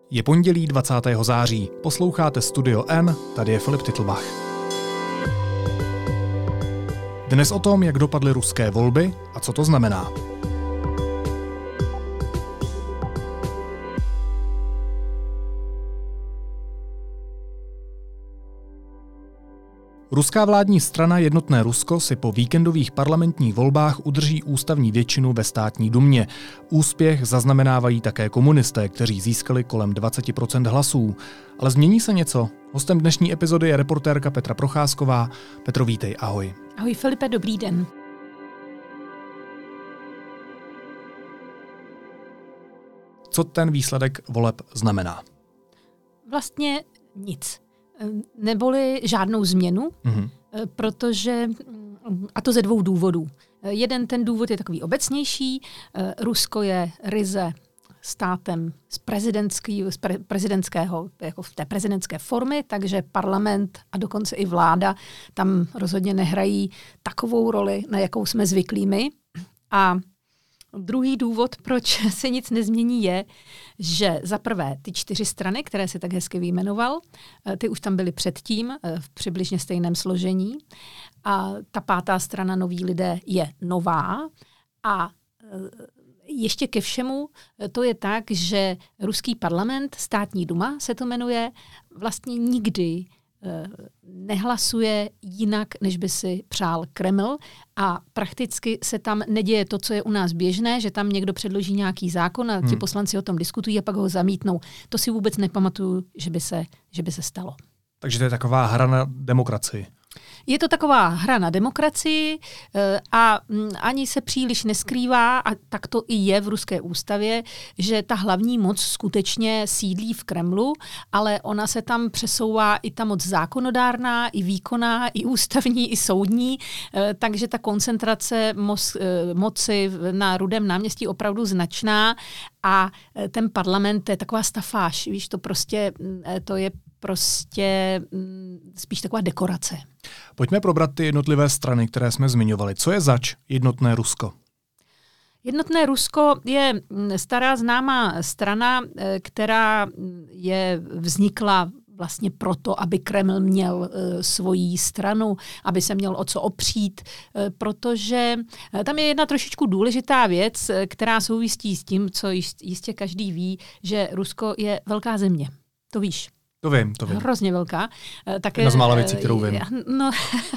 Je pondělí 20. září. Posloucháte Studio N, tady je Filip Titlbach. Dnes o tom, jak dopadly ruské volby a co to znamená. Ruská vládní strana Jednotné Rusko si po víkendových parlamentních volbách udrží ústavní většinu ve státní dumě. Úspěch zaznamenávají také komunisté, kteří získali kolem 20% hlasů. Ale změní se něco? Hostem dnešní epizody je reportérka Petra Procházková. Petro, vítej, ahoj. Ahoj Filipe, dobrý den. Co ten výsledek voleb znamená? Vlastně nic. Neboli žádnou změnu, protože, a to ze dvou důvodů. Jeden ten důvod je takový obecnější. Rusko je ryze státem z prezidentského, jako v té prezidentské formy, takže parlament a dokonce i vláda tam rozhodně nehrají takovou roli, na jakou jsme zvyklí my. A druhý důvod, proč se nic nezmění, je, že za prvé ty 4 strany, které se tak hezky vyjmenoval, ty už tam byly předtím v přibližně stejném složení. A ta 5. strana Noví lidé je nová. A ještě ke všemu to je tak, že ruský parlament, státní duma se to jmenuje, vlastně nikdy nehlasuje jinak, než by si přál Kreml, a prakticky se tam neděje to, co je u nás běžné, že tam někdo předloží nějaký zákon a ti poslanci o tom diskutují a pak ho zamítnou. To si vůbec nepamatuju, že by se stalo. Takže to je taková hra na demokracii. Je to taková hra na demokracii a ani se příliš neskrývá, a tak to i je v ruské ústavě, že ta hlavní moc skutečně sídlí v Kremlu, ale ona se tam přesouvá i ta moc zákonodárná, i výkonná, i ústavní, i soudní, takže ta koncentrace moci na Rudém náměstí opravdu značná a ten parlament je taková stafáž, víš, to je prostě spíš taková dekorace. Pojďme probrat ty jednotlivé strany, které jsme zmiňovali. Co je zač Jednotné Rusko? Jednotné Rusko je stará známá strana, která vznikla vlastně proto, aby Kreml měl svoji stranu, aby se měl o co opřít, protože tam je jedna trošičku důležitá věc, která souvisí s tím, co jistě každý ví, že Rusko je velká země. To víš. To vím. Hrozně velká. Jedna z mála věcí, kterou vím. No,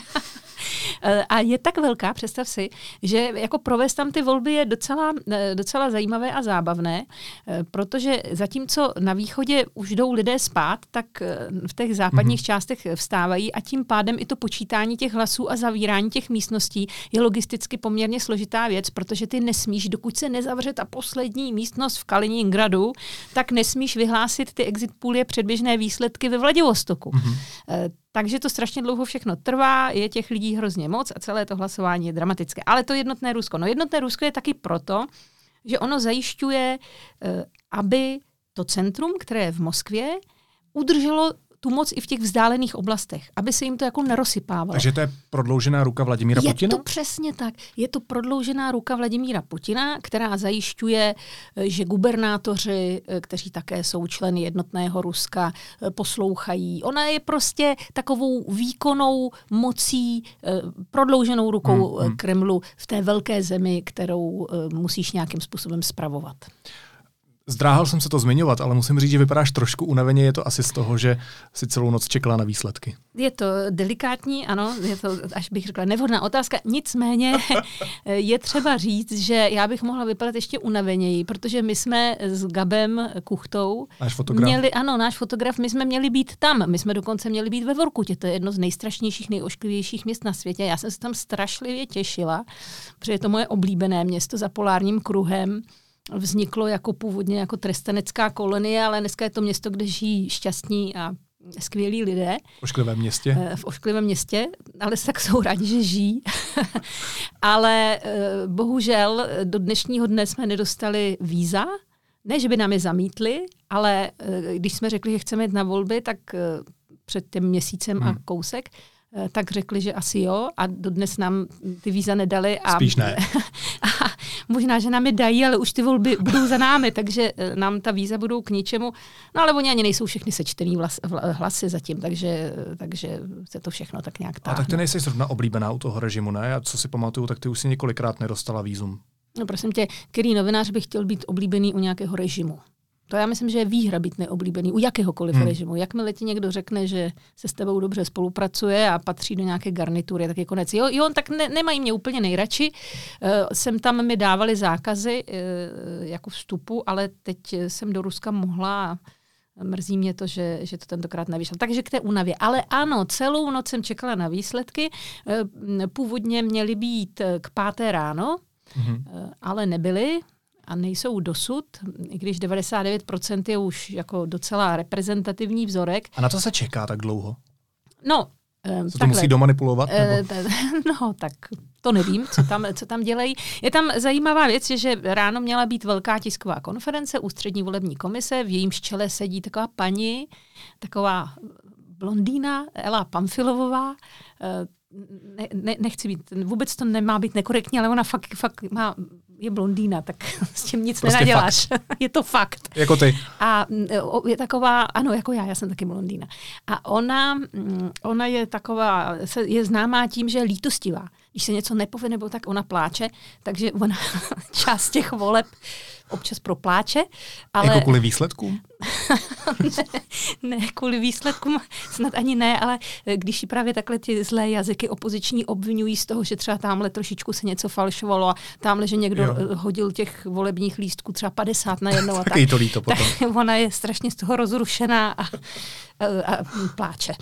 a je tak velká, představ si, že jako provést tam ty volby je docela zajímavé a zábavné, protože zatímco na východě už jdou lidé spát, tak v těch západních částech vstávají a tím pádem i to počítání těch hlasů a zavírání těch místností je logisticky poměrně složitá věc, protože ty nesmíš, dokud se nezavře ta poslední místnost v Kaliningradu, tak nesmíš vyhlásit ty exit pooly předběžné výsledky ve Vladivostoku. Takže to strašně dlouho všechno trvá, je těch lidí hrozně moc a celé to hlasování je dramatické. Ale to Jednotné Rusko. No Jednotné Rusko je taky proto, že ono zajišťuje, aby to centrum, které je v Moskvě, udrželo tu moc i v těch vzdálených oblastech, aby se jim to jako nerozsypávalo. Takže to je prodloužená ruka Vladimíra Putina? Je to přesně tak. Je to prodloužená ruka Vladimíra Putina, která zajišťuje, že gubernátoři, kteří také jsou členy Jednotného Ruska, poslouchají. Ona je prostě takovou výkonnou mocí, prodlouženou rukou Kremlu v té velké zemi, kterou musíš nějakým způsobem spravovat. Zdráhal jsem se to zmiňovat, ale musím říct, že vypadáš trošku unaveně. Je to asi z toho, že si celou noc čekala na výsledky. Je to delikátní, ano, je to, až bych řekla, nevhodná otázka. Nicméně je třeba říct, že já bych mohla vypadat ještě unaveněji, protože my jsme s Gabem Kuchtou náš fotograf, my jsme měli být tam. My jsme dokonce měli být ve Vorkutě. To je jedno z nejstrašnějších, nejošklivějších měst na světě. Já jsem se tam strašlivě těšila, protože je to moje oblíbené město za polárním kruhem. Vzniklo jako původně jako trestanecká kolonie, ale dneska je to město, kde žijí šťastní a skvělí lidé. V ošklivém městě. V ošklivém městě, ale tak jsou rádi, že žijí. Ale bohužel do dnešního dne jsme nedostali víza. Ne, že by nám je zamítli, ale když jsme řekli, že chceme jít na volby, tak před tím měsícem a kousek, tak řekli, že asi jo, a dodnes nám ty víza nedali. Spíš ne. A možná, že nám je dají, ale už ty volby budou za námi, takže nám ta víza budou k ničemu. No ale oni ani nejsou všechny sečtený hlasy zatím, takže se to všechno tak nějak táhne. A tak ty nejsi zrovna oblíbená u toho režimu, ne? Já co si pamatuju, tak ty už si několikrát nedostala vízum. No prosím tě, který novinář by chtěl být oblíbený u nějakého režimu? To já myslím, že je výhra být neoblíbený u jakéhokoliv režimu. Jakmile ti někdo řekne, že se s tebou dobře spolupracuje a patří do nějaké garnitury, tak je konec. Jo, tak nemají mě úplně nejradši. Sem tam mi dávali zákazy jako vstupu, ale teď jsem do Ruska mohla a mrzí mě to, že to tentokrát nevyšlo. Takže k té únavě. Ale ano, celou noc jsem čekala na výsledky. Původně měly být k 5. ráno, ale nebyly. A nejsou dosud, i když 99% je už jako docela reprezentativní vzorek. A na to se čeká tak dlouho? No, co to musí domanipulovat? No, tak to nevím, co tam dělají. Je tam zajímavá věc, že ráno měla být velká tisková konference Ústřední volební komise, v jejímž čele sedí taková paní, taková blondýna, Ela Pamfilovová. Nechci být, vůbec to nemá být nekorektní, ale ona fakt je blondýna, tak s tím nic prostě nenaděláš. Je to fakt. Jako ty. A je taková, ano, jako já jsem taky blondýna. A ona je taková, je známá tím, že je lítostivá. Když se něco nepovede, nebo tak ona pláče, takže ona část těch voleb občas propláče. Ale... Jako kvůli výsledkům? ne, kvůli výsledkům snad ani ne, ale když ji právě takhle ty zlé jazyky opoziční obvinují z toho, že třeba tamhle trošičku se něco falšovalo a tamhle, že někdo hodil těch volebních lístků třeba 50 na jednou a tak. To líto potom. Tak ona je strašně z toho rozrušená a pláče.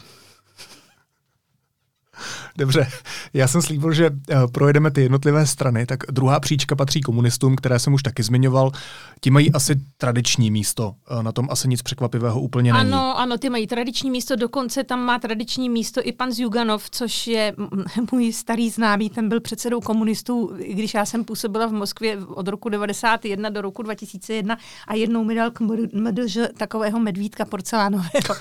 Dobře, já jsem slíbil, že projedeme ty jednotlivé strany, tak druhá příčka patří komunistům, které jsem už taky zmiňoval. Ti mají asi tradiční místo, na tom asi nic překvapivého úplně není. Ano, ty mají tradiční místo, dokonce tam má tradiční místo i pan Zjuganov, což je můj starý známý, ten byl předsedou komunistů, když já jsem působila v Moskvě od roku 1991 do roku 2001 a jednou mi dal k MDŽ takového medvídka porcelánového.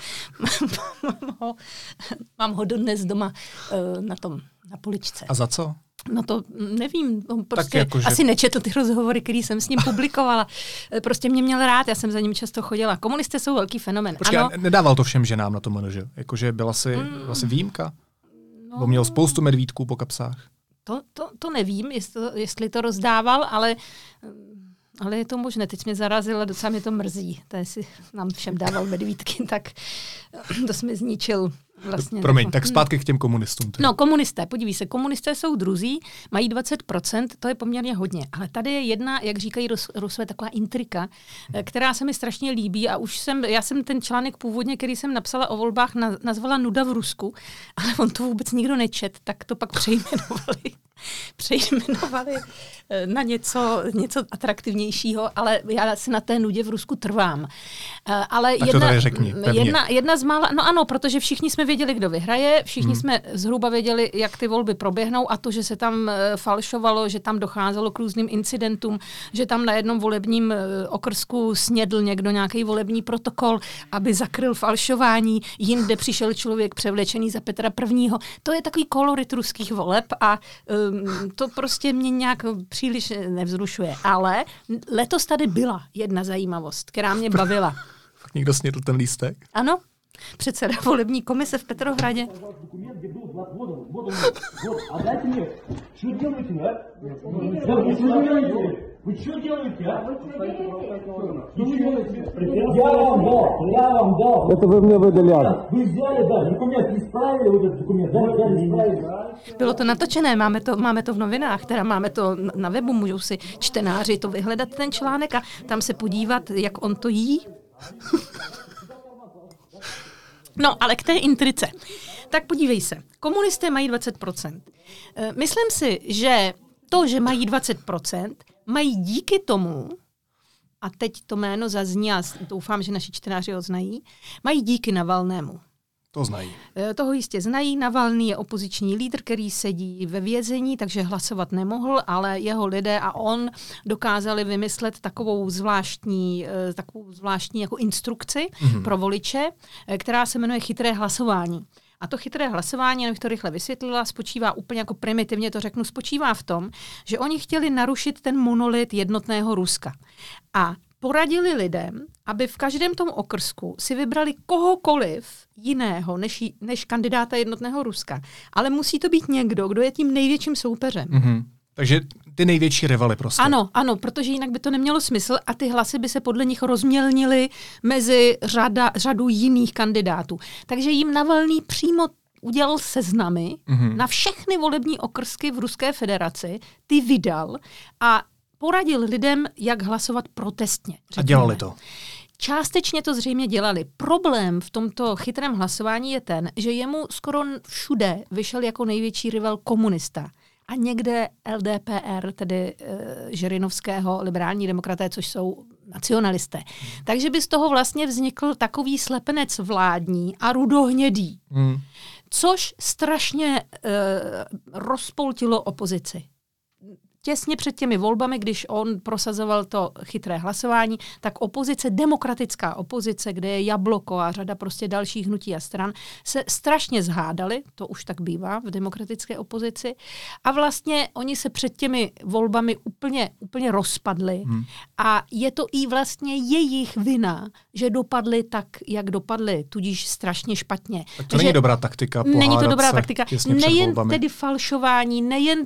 Mám ho dodnes doma na poličce. A za co? No to nevím, prostě jako, asi nečetl ty rozhovory, který jsem s ním publikovala. Prostě mě měl rád, já jsem za ním často chodila. Komunisté jsou velký fenomén. Počkej, ano. Nedával to všem ženám na to manaže? Jakože byla si výjimka? Bo měl spoustu medvídků po kapsách? To nevím, jestli to rozdával, ale je to možné. Teď mě zarazilo, docela mě to mrzí. To si nám všem dával medvídky, tak to jsme zničil. Vlastně, promiň, tak zpátky k těm komunistům. No, komunisté, podívej se, komunisté jsou druzí, mají 20%, to je poměrně hodně. Ale tady je jedna, jak říkají Rusové, taková intrika, která se mi strašně líbí a já jsem ten článek původně, který jsem napsala o volbách, nazvala Nuda v Rusku, ale on to vůbec nikdo nečet, tak to pak přejmenovali na něco atraktivnějšího, ale já si na té nudě v Rusku trvám. Ale tak to tady řekni, jedna z mála, no ano, protože všichni jsme věděli, kdo vyhraje, všichni jsme zhruba věděli, jak ty volby proběhnou a to, že se tam falšovalo, že tam docházelo k různým incidentům, že tam na jednom volebním okrsku snědl někdo nějaký volební protokol, aby zakryl falšování, jinde přišel člověk převlečený za Petra I. To je takový kolorit ruských voleb a to prostě mě nějak příliš nevzrušuje. Ale letos tady byla jedna zajímavost, která mě bavila. Fakt někdo snědl ten lístek? Ano. Předseda volební komise v Petrohradě. Bylo to natočené, máme to v novinách, teda máme to na webu, můžou si čtenáři to vyhledat ten článek a tam se podívat, jak on to jí. No, ale k té intrice. Tak podívej se, komunisté mají 20%. Myslím si, že to, že mají 20%, mají díky tomu, a teď to jméno zazní a doufám, že naši čtenáři ho znají, mají díky Navalnému. To znají. Toho jistě znají. Navalný je opoziční lídr, který sedí ve vězení, takže hlasovat nemohl, ale jeho lidé a on dokázali vymyslet takovou zvláštní jako instrukci pro voliče, která se jmenuje chytré hlasování. A to chytré hlasování, abych to rychle vysvětlila, spočívá úplně jako primitivně to řeknu, spočívá v tom, že oni chtěli narušit ten monolit jednotného Ruska. A poradili lidem, aby v každém tom okrsku si vybrali kohokoliv jiného než kandidáta jednotného Ruska. Ale musí to být někdo, kdo je tím největším soupeřem. Mm-hmm. Takže ty největší rivaly prostě. Ano, protože jinak by to nemělo smysl a ty hlasy by se podle nich rozmělnily mezi řadu jiných kandidátů. Takže jim Navalný přímo udělal seznamy na všechny volební okrsky v Ruské federaci, ty vydal a poradil lidem, jak hlasovat protestně. A dělali to. Částečně to zřejmě dělali. Problém v tomto chytrém hlasování je ten, že jemu skoro všude vyšel jako největší rival komunista. A někde LDPR, tedy Žirinovského, liberální demokraté, což jsou nacionalisté. Takže by z toho vlastně vznikl takový slepenec vládní a rudohnědý. Což strašně rozpoltilo opozici. Těsně před těmi volbami, když on prosazoval to chytré hlasování, tak opozice, demokratická opozice, kde je Jabloko a řada prostě dalších hnutí a stran, se strašně zhádali, to už tak bývá v demokratické opozici, a vlastně oni se před těmi volbami úplně rozpadli. A je to i vlastně jejich vina, že dopadli tak, jak dopadli, tudíž strašně špatně. Tak to není dobrá taktika. Není to dobrá taktika. Nejen tedy falšování,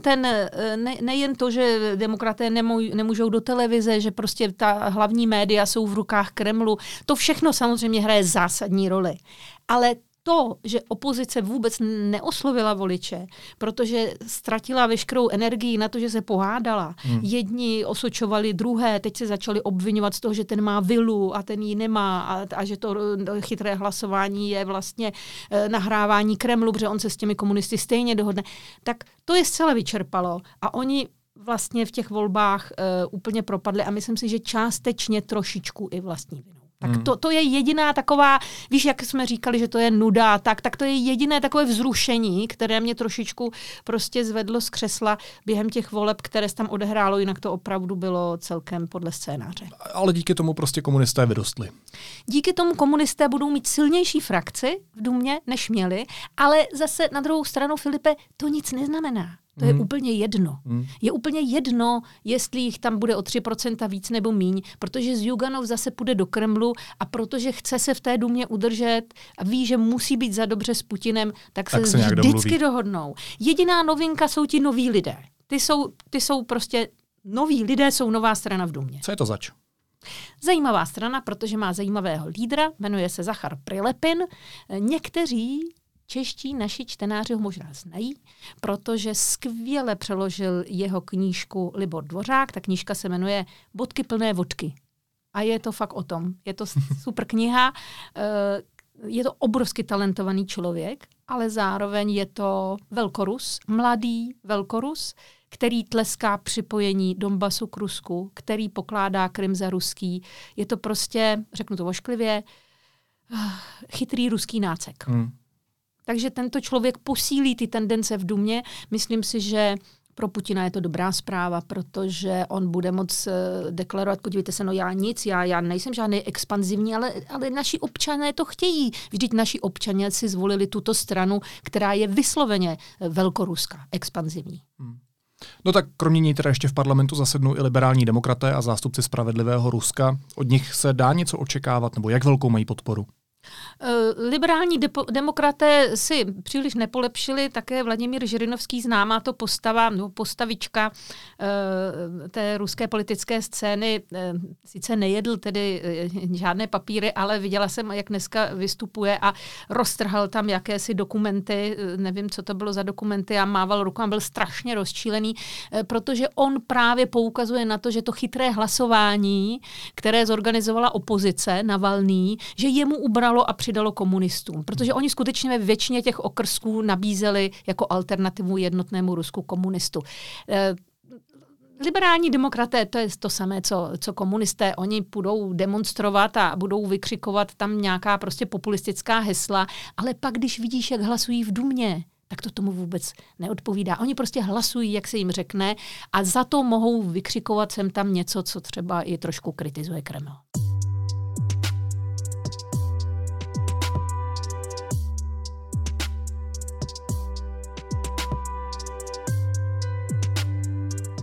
nejen to, že demokraté nemůžou do televize, že prostě ta hlavní média jsou v rukách Kremlu. To všechno samozřejmě hraje zásadní roli. Ale to, že opozice vůbec neoslovila voliče, protože ztratila veškerou energii na to, že se pohádala. Jedni osočovali druhé, teď se začali obvinovat z toho, že ten má vilu a ten ji nemá a že to chytré hlasování je vlastně nahrávání Kremlu, protože on se s těmi komunisty stejně dohodne. Tak to je zcela vyčerpalo a oni vlastně v těch volbách úplně propadli a myslím si, že částečně trošičku i vlastní vinou. Tak to je jediná taková, víš, jak jsme říkali, že to je nuda, tak to je jediné takové vzrušení, které mě trošičku prostě zvedlo z křesla během těch voleb, které se tam odehrálo, jinak to opravdu bylo celkem podle scénáře. Ale díky tomu prostě komunisté vyrostli. Díky tomu komunisté budou mít silnější frakci v Dumě, než měli, ale zase na druhou stranu, Filipe, to nic neznamená. To je úplně jedno. Je úplně jedno, jestli jich tam bude o 3% víc nebo míň, protože Zjuganov zase půjde do Kremlu a protože chce se v té Dumě udržet a ví, že musí být za dobře s Putinem, tak se vždycky dohodnou. Jediná novinka jsou ti noví lidé. Ty jsou prostě noví lidé, jsou nová strana v Dumě. Co je to zač? Zajímavá strana, protože má zajímavého lídra, jmenuje se Zachar Prilepin. Někteří čeští naši čtenáři ho možná znají, protože skvěle přeložil jeho knížku Libor Dvořák. Ta knížka se jmenuje Bodky plné vodky. A je to fakt o tom. Je to super kniha. Je to obrovsky talentovaný člověk, ale zároveň je to velkorus, mladý velkorus, který tleská připojení Donbasu k Rusku, který pokládá Krym za ruský. Je to prostě, řeknu to ošklivě, chytrý ruský nácek. Takže tento člověk posílí ty tendence v Dumě. Myslím si, že pro Putina je to dobrá zpráva, protože on bude moc deklarovat, podívejte se, no já nejsem žádný expanzivní, ale naši občané to chtějí. Vždyť naši občané si zvolili tuto stranu, která je vysloveně velkoruská, expanzivní. No tak kromě ní teda ještě v parlamentu zasednou i liberální demokraté a zástupci Spravedlivého Ruska. Od nich se dá něco očekávat, nebo jak velkou mají podporu? Liberální demokraté si příliš nepolepšili, také Vladimír Žirinovský, známá to postavička té ruské politické scény, sice nejedl tedy žádné papíry, ale viděla jsem, jak dneska vystupuje a roztrhal tam jakési dokumenty, nevím, co to bylo za dokumenty, a mával rukou a byl strašně rozčílený, protože on právě poukazuje na to, že to chytré hlasování, které zorganizovala opozice, Navalný, že jemu ubralo a přidalo komunistům, protože oni skutečně ve většině těch okrsků nabízeli jako alternativu jednotnému Rusku komunistu. Liberální demokraté, to je to samé, co komunisté. Oni budou demonstrovat a budou vykřikovat tam nějaká prostě populistická hesla, ale pak, když vidíš, jak hlasují v Dumě, tak to tomu vůbec neodpovídá. Oni prostě hlasují, jak se jim řekne, a za to mohou vykřikovat sem tam něco, co třeba i trošku kritizuje Kreml.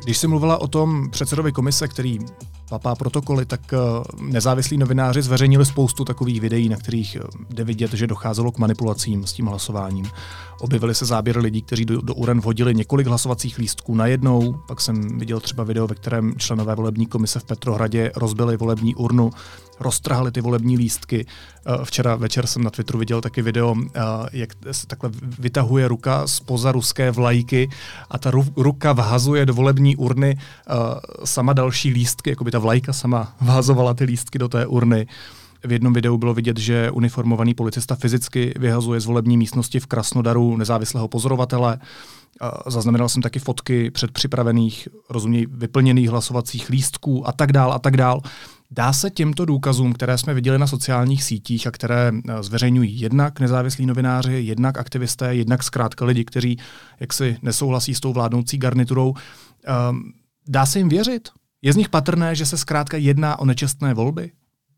Když jsi mluvila o tom předsedovi komise, který papá protokoly, tak nezávislí novináři zveřejnili spoustu takových videí, na kterých jde vidět, že docházelo k manipulacím s tím hlasováním. Objevily se záběry lidí, kteří do uren vhodili několik hlasovacích lístků najednou. Pak jsem viděl třeba video, ve kterém členové volební komise v Petrohradě rozbili volební urnu, roztrhali ty volební lístky. Včera večer jsem na Twitteru viděl taky video, jak se takhle vytahuje ruka zpoza ruské vlajky a ta ruka vhazuje do volební urny sama další lístky, jako by ta vlajka sama vhazovala ty lístky do té urny. V jednom videu bylo vidět, že uniformovaný policista fyzicky vyhazuje z volební místnosti v Krasnodaru nezávislého pozorovatele. Zaznamenal jsem taky fotky předpřipravených, rozuměj, vyplněných hlasovacích lístků a tak dál a tak dál. Dá se těmto důkazům, které jsme viděli na sociálních sítích a které zveřejňují jednak nezávislí novináři, jednak aktivisté, jednak zkrátka lidi, kteří jaksi nesouhlasí s tou vládnoucí garniturou, dá se jim věřit? Je z nich patrné, že se zkrátka jedná o nečestné volby?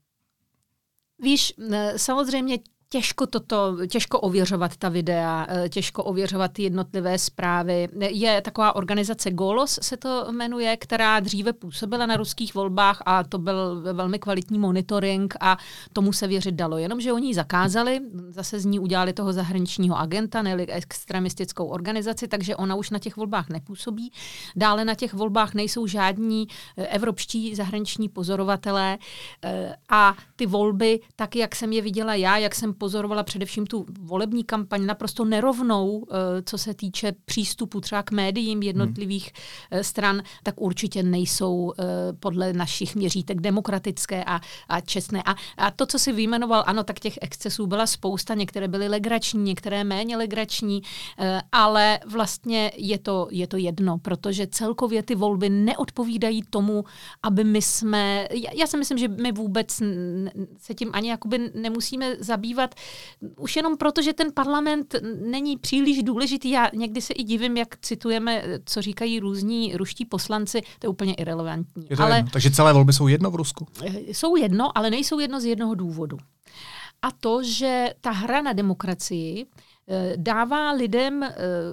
Víš, samozřejmě těžko ověřovat ta videa, těžko ověřovat ty jednotlivé zprávy. Je taková organizace Golos, se to jmenuje, která dříve působila na ruských volbách a to byl velmi kvalitní monitoring a tomu se věřit dalo. Jenomže oni ji zakázali, zase z ní udělali toho zahraničního agenta, ne extremistickou organizaci, takže ona už na těch volbách nepůsobí. Dále na těch volbách nejsou žádní evropští zahraniční pozorovatelé a ty volby, tak jak jsem je viděla já, jak jsem pozorovala především tu volební kampaň naprosto nerovnou, co se týče přístupu třeba k médiím jednotlivých stran, tak určitě nejsou podle našich měřítek demokratické a čestné. A to, co si vyjmenoval, ano, tak těch excesů byla spousta, některé byly legrační, některé méně legrační, ale vlastně je to jedno, protože celkově ty volby neodpovídají tomu, aby my jsme, já si myslím, že my vůbec se tím ani jakoby nemusíme zabývat, už jenom proto, že ten parlament není příliš důležitý. Já někdy se i divím, jak citujeme, co říkají různí ruští poslanci, to je úplně irelevantní. Je to jedno. Takže celé volby jsou jedno v Rusku? Jsou jedno, ale nejsou jedno z jednoho důvodu. A to, že ta hra na demokracii dává lidem,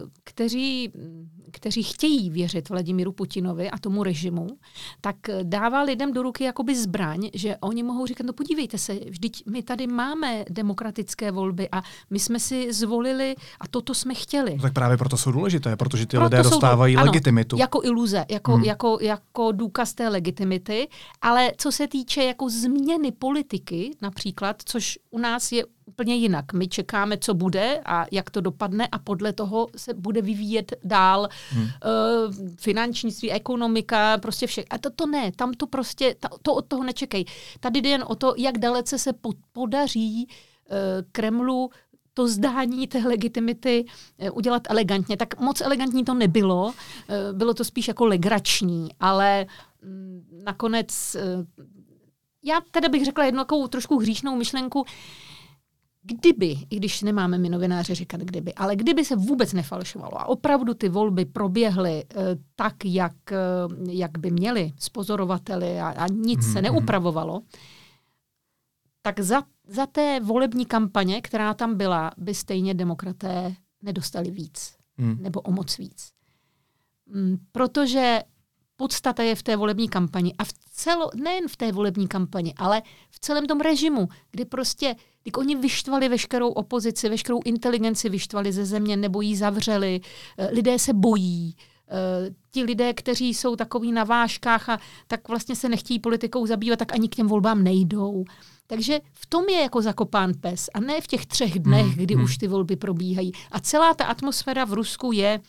kteří chtějí věřit Vladimíru Putinovi a tomu režimu, tak dává lidem do ruky jakoby zbraň, že oni mohou říkat, no podívejte se, vždyť my tady máme demokratické volby a my jsme si zvolili a toto jsme chtěli. No tak právě proto jsou důležité, protože ty lidé dostávají legitimitu. Jako iluze, jako důkaz té legitimity, ale co se týče jako změny politiky například, což u nás je úplně jinak. My čekáme, co bude a jak to dopadne a podle toho se bude vyvíjet dál finančnictví, ekonomika, prostě vše. A to ne, tam to prostě, to od toho nečekej. Tady jde jen o to, jak dalece se podaří Kremlu to zdání té legitimity udělat elegantně. Tak moc elegantní to nebylo, bylo to spíš jako legrační, ale nakonec, já teda bych řekla jednu takovou trošku hříšnou myšlenku, kdyby, i když nemáme my novináři říkat kdyby, ale kdyby se vůbec nefalšovalo a opravdu ty volby proběhly tak, jak by měly s pozorovateli a nic se neupravovalo, tak za té volební kampaně, která tam byla, by stejně demokraté nedostali víc. Nebo o moc víc. Protože podstata je v té volební kampani a nejen v té volební kampani, ale v celém tom režimu, kdy prostě oni vyštvali veškerou opozici, veškerou inteligenci vyštvali ze země nebo ji zavřeli, lidé se bojí, ti lidé, kteří jsou takový na vážkách a tak vlastně se nechtějí politikou zabývat, tak ani k těm volbám nejdou. Takže v tom je jako zakopán pes a ne v těch 3 dnech, kdy už ty volby probíhají. A celá ta atmosféra v Rusku je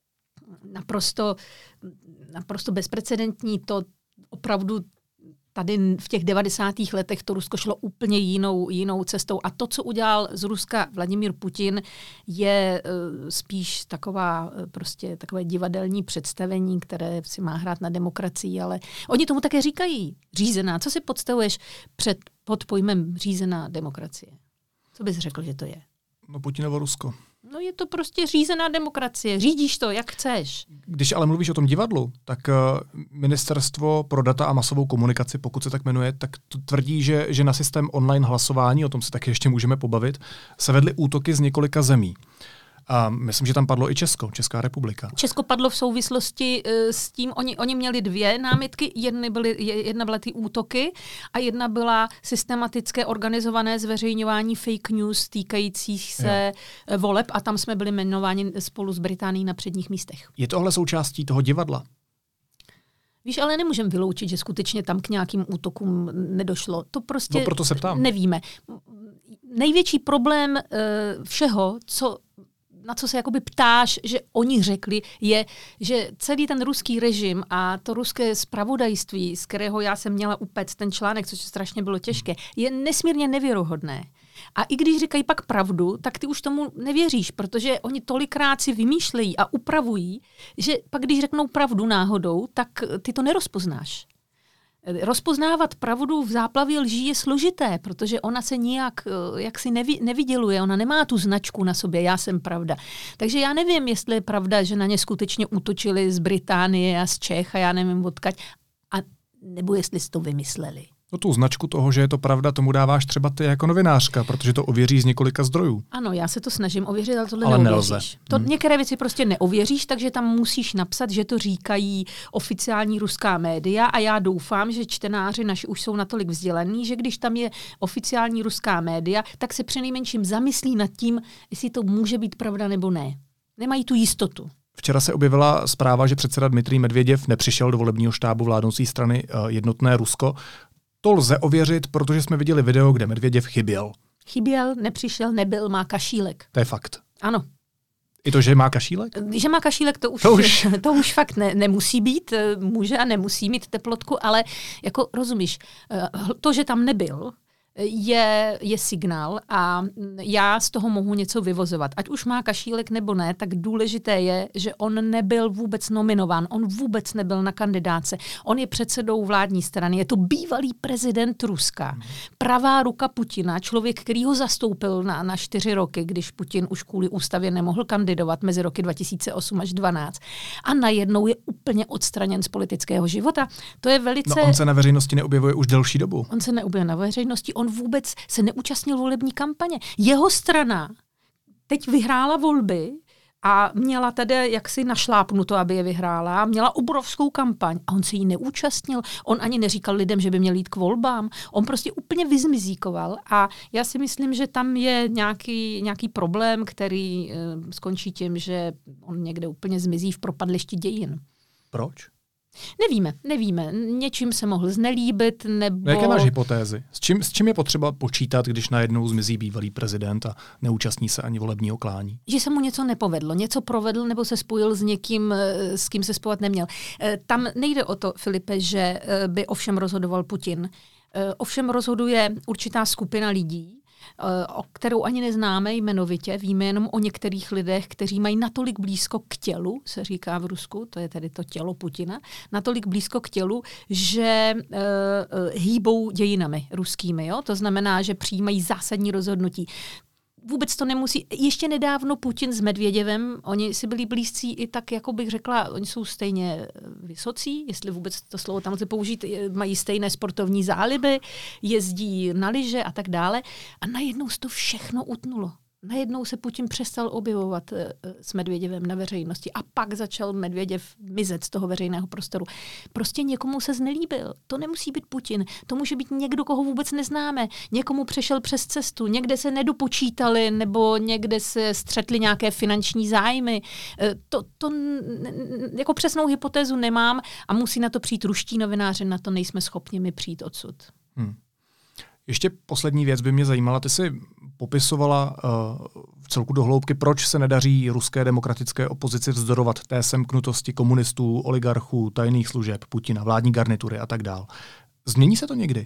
naprosto bezprecedentní. To opravdu tady v těch 90. letech to Rusko šlo úplně jinou cestou. A to, co udělal z Ruska Vladimír Putin, je spíš takové divadelní představení, které si má hrát na demokracii, ale oni tomu také říkají řízená. Co si podstavuješ pod pojmem řízená demokracie? Co bys řekl, že to je? No Putinovo Rusko. No je to prostě řízená demokracie. Řídíš to, jak chceš. Když ale mluvíš o tom divadlu, tak Ministerstvo pro data a masovou komunikaci, pokud se tak jmenuje, tak to tvrdí, že na systém online hlasování, o tom se taky ještě můžeme pobavit, se vedly útoky z několika zemí. A myslím, že tam padlo i Česko, Česká republika. Česko padlo v souvislosti s tím, oni měli dvě námitky, jedna byla ty útoky a jedna byla systematické organizované zveřejňování fake news týkajících se voleb a tam jsme byli jmenováni spolu s Británií na předních místech. Je tohle součástí toho divadla? Víš, ale nemůžeme vyloučit, že skutečně tam k nějakým útokům nedošlo. To prostě proto se ptám. Nevíme. Největší problém všeho, na co se jakoby ptáš, že oni řekli, je, že celý ten ruský režim a to ruské zpravodajství, z kterého já jsem měla upéct ten článek, což strašně bylo těžké, je nesmírně nevěrohodné. A i když říkají pak pravdu, tak ty už tomu nevěříš, protože oni tolikrát si vymýšlejí a upravují, že pak když řeknou pravdu náhodou, tak ty to nerozpoznáš. Rozpoznávat pravdu v záplavě lží je složité, protože ona se nijak jaksi nevyděluje, ona nemá tu značku na sobě, já jsem pravda. Takže já nevím, jestli je pravda, že na ně skutečně útočili z Británie a z Čech a já nevím odkud, nebo jestli si to vymysleli. No tu značku toho, že je to pravda, tomu dáváš třeba ty jako novinářka, protože to ověří z několika zdrojů. Ano, já se to snažím ověřit, ale tohle neověříš. Některé věci prostě neověříš, takže tam musíš napsat, že to říkají oficiální ruská média a já doufám, že čtenáři naši už jsou natolik vzdělaní, že když tam je oficiální ruská média, tak se přinejmenším zamyslí nad tím, jestli to může být pravda nebo ne. Nemají tu jistotu. Včera se objevila zpráva, že předseda Dmitrij Medvěděv nepřišel do volebního štábu vládnoucí strany Jednotné Rusko. To lze ověřit, protože jsme viděli video, kde Medvěděv chyběl. Chyběl, nepřišel, nebyl, má kašílek. To je fakt. Ano. I to, že má kašílek? Že má kašílek, to už fakt nemusí být, může a nemusí mít teplotku, ale jako rozumíš, to, že tam nebyl, je signál a já z toho mohu něco vyvozovat. Ať už má kašílek nebo ne, tak důležité je, že on nebyl vůbec nominován, on vůbec nebyl na kandidáce. On je předsedou vládní strany, je to bývalý prezident Ruska, pravá ruka Putina, člověk, který ho zastoupil na 4 roky, když Putin už kvůli ústavě nemohl kandidovat mezi roky 2008 až 2012. A najednou je úplně odstraněn z politického života. To je velice... No on se na veřejnosti neobjevuje už delší dobu. On se neobjevuje na veřejnosti, on vůbec se neúčastnil volební kampaně. Jeho strana teď vyhrála volby a měla tady jaksi našlápnuto, aby je vyhrála. Měla obrovskou kampaň a on se jí neúčastnil. On ani neříkal lidem, že by měl jít k volbám. On prostě úplně vyzmizíkoval a já si myslím, že tam je nějaký problém, který skončí tím, že on někde úplně zmizí v propadlišti dějin. Proč? Nevíme. Něčím se mohl znelíbit, nebo... Jaké máš hypotézy? S čím je potřeba počítat, když najednou zmizí bývalý prezident a neúčastní se ani volebního klání? Že se mu něco nepovedlo, něco provedl nebo se spojil s někým, s kým se spojovat neměl. Tam nejde o to, Filipe, že by o všem rozhodoval Putin. O všem rozhoduje určitá skupina lidí, o kterou ani neznáme jmenovitě, víme jenom o některých lidech, kteří mají natolik blízko k tělu, se říká v Rusku, to je tedy to tělo Putina, natolik blízko k tělu, že hýbou dějinami ruskými. Jo? To znamená, že přijímají zásadní rozhodnutí. Vůbec to nemusí. Ještě nedávno Putin s Medvěděvem, oni si byli blízcí i tak, jako bych řekla, oni jsou stejně vysocí, jestli vůbec to slovo tam lze použít, mají stejné sportovní záliby, jezdí na lyže a tak dále. A najednou se to všechno utnulo. Najednou se Putin přestal objevovat s Medvěděvem na veřejnosti a pak začal Medvěděv mizet z toho veřejného prostoru. Prostě někomu se znelíbil. To nemusí být Putin. To může být někdo, koho vůbec neznáme. Někomu přešel přes cestu. Někde se nedopočítali nebo někde se střetly nějaké finanční zájmy. To jako přesnou hypotézu nemám a musí na to přijít ruští novináři. Na to nejsme schopni mi přijít odsud. Ještě poslední věc by mě zajímala. Ty jsi popisovala v celku do hloubky, proč se nedaří ruské demokratické opozici vzdorovat té semknutosti komunistů, oligarchů, tajných služeb, Putina, vládní garnitury a tak dál. Změní se to někdy?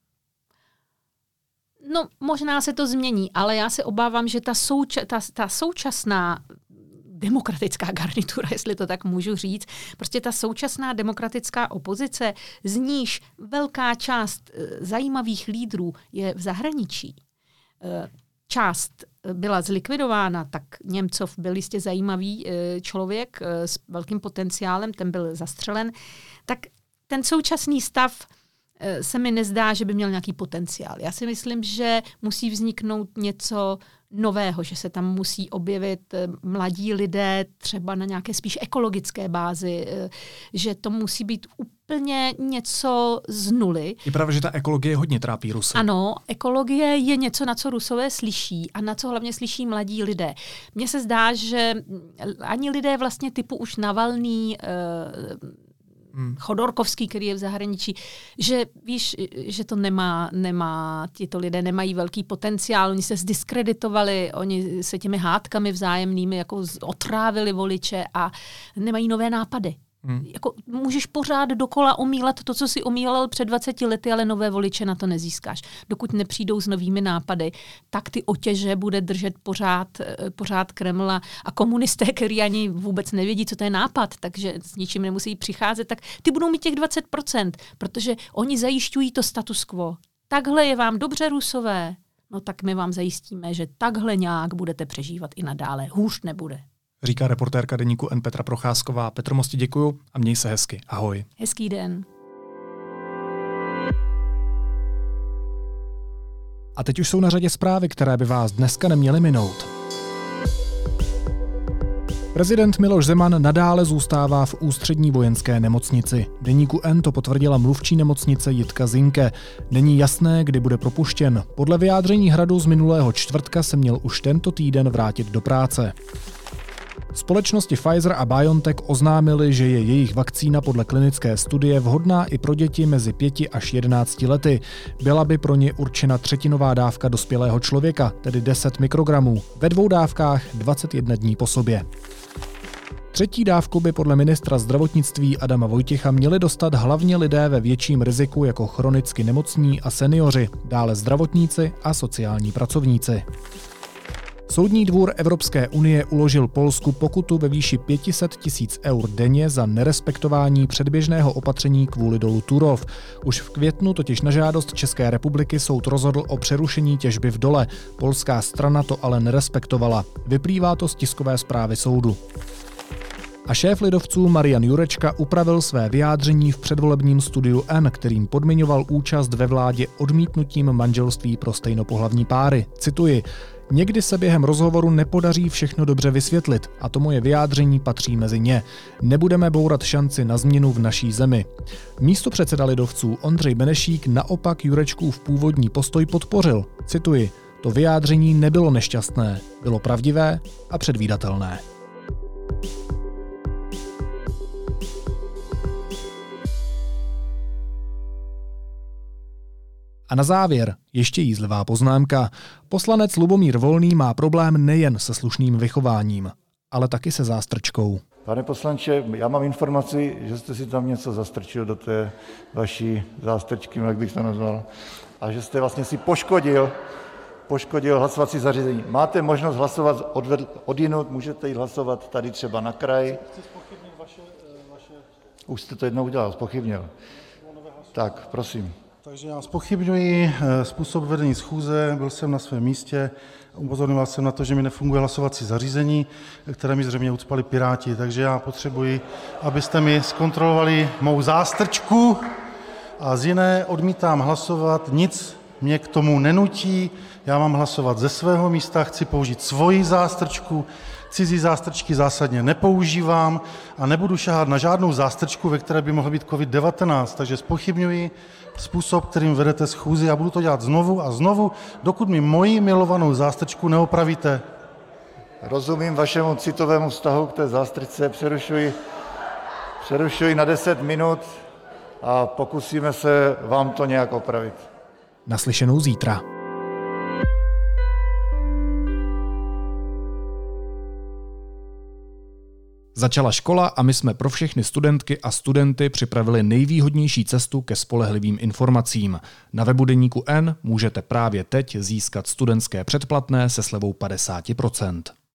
No, možná se to změní, ale já se obávám, že ta současná demokratická garnitura, jestli to tak můžu říct. Prostě ta současná demokratická opozice, z níž velká část zajímavých lídrů je v zahraničí. Část byla zlikvidována, tak Němcov byl jistě zajímavý člověk s velkým potenciálem, ten byl zastřelen. Tak ten současný stav se mi nezdá, že by měl nějaký potenciál. Já si myslím, že musí vzniknout něco nového, že se tam musí objevit mladí lidé třeba na nějaké spíš ekologické bázi, že to musí být úplně něco z nuly. Je pravda, že ta ekologie hodně trápí Rusy. Ano, ekologie je něco, na co Rusové slyší a na co hlavně slyší mladí lidé. Mně se zdá, že ani lidé vlastně typu už Navalný, Chodorkovský, který je v zahraničí, že víš, že to nemá, tito lidé nemají velký potenciál, oni se zdiskreditovali, oni se těmi hádkami vzájemnými jako otrávili voliče a nemají nové nápady. Jako můžeš pořád dokola omílat to, co si omílal před 20 lety, ale nové voliče na to nezískáš. Dokud nepřijdou s novými nápady, tak ty otěže bude držet pořád Kreml a komunisté, který ani vůbec nevědí, co to je nápad, takže s ničím nemusí přicházet, tak ty budou mít těch 20%, protože oni zajišťují to status quo. Takhle je vám dobře, Rusové, no tak my vám zajistíme, že takhle nějak budete přežívat i nadále. Hůř nebude. Říká reportérka deníku N Petra Procházková. Petro, moc ti děkuju a měj se hezky. Ahoj. Hezký den. A teď už jsou na řadě zprávy, které by vás dneska neměly minout. Prezident Miloš Zeman nadále zůstává v ústřední vojenské nemocnici. Deníku N to potvrdila mluvčí nemocnice Jitka Zinke. Není jasné, kdy bude propuštěn. Podle vyjádření Hradu z minulého čtvrtka se měl už tento týden vrátit do práce. Společnosti Pfizer a BioNTech oznámili, že je jejich vakcína podle klinické studie vhodná i pro děti mezi 5 až 11 lety. Byla by pro ně určena třetinová dávka dospělého člověka, tedy 10 mikrogramů, ve 2 dávkách 21 dní po sobě. Třetí dávku by podle ministra zdravotnictví Adama Vojtěcha měli dostat hlavně lidé ve větším riziku jako chronicky nemocní a seniori, dále zdravotníci a sociální pracovníci. Soudní dvůr Evropské unie uložil Polsku pokutu ve výši 500 000 eur denně za nerespektování předběžného opatření kvůli dolu Turów. Už v květnu totiž na žádost České republiky soud rozhodl o přerušení těžby v dole. Polská strana to ale nerespektovala. Vyplývá to z tiskové zprávy soudu. A šéf lidovců Marian Jurečka upravil své vyjádření v předvolebním studiu N, kterým podmiňoval účast ve vládě odmítnutím manželství pro stejnopohlavní páry. Cituji: někdy se během rozhovoru nepodaří všechno dobře vysvětlit a to moje vyjádření patří mezi ně. Nebudeme bourat šanci na změnu v naší zemi. Místopředseda lidovců Ondřej Benešík naopak Jurečkův původní postoj podpořil. Cituji: to vyjádření nebylo nešťastné, bylo pravdivé a předvídatelné. A na závěr ještě jízlivá poznámka. Poslanec Lubomír Volný má problém nejen se slušným vychováním, ale taky se zástrčkou. Pane poslanče, já mám informaci, že jste si tam něco zastrčil do té vaší zástrčky, jak bych to nazval, a že jste vlastně si poškodil hlasovací zařízení. Máte možnost hlasovat odjinud, můžete jít hlasovat tady třeba na kraj. Chci zpochybnit vaše... Už jste to jednou udělal, zpochybnil. Tak, prosím. Takže já zpochybňuji způsob vedení schůze, byl jsem na svém místě, upozorňoval jsem na to, že mi nefunguje hlasovací zařízení, které mi zřejmě ucpali Piráti, takže já potřebuji, abyste mi zkontrolovali mou zástrčku a z jiné odmítám hlasovat, nic mě k tomu nenutí, já mám hlasovat ze svého místa, chci použít svoji zástrčku, cizí zástrčky zásadně nepoužívám a nebudu šahat na žádnou zástrčku, ve které by mohl být COVID-19, takže zpochybňuji způsob, kterým vedete schůzi a budu to dělat znovu a znovu, dokud mi moji milovanou zástrčku neopravíte. Rozumím vašemu citovému vztahu k té zástrčce, přerušuji na 10 minut a pokusíme se vám to nějak opravit. Naslyšenou zítra. Začala škola a my jsme pro všechny studentky a studenty připravili nejvýhodnější cestu ke spolehlivým informacím. Na webu Deníku N můžete právě teď získat studentské předplatné se slevou 50%.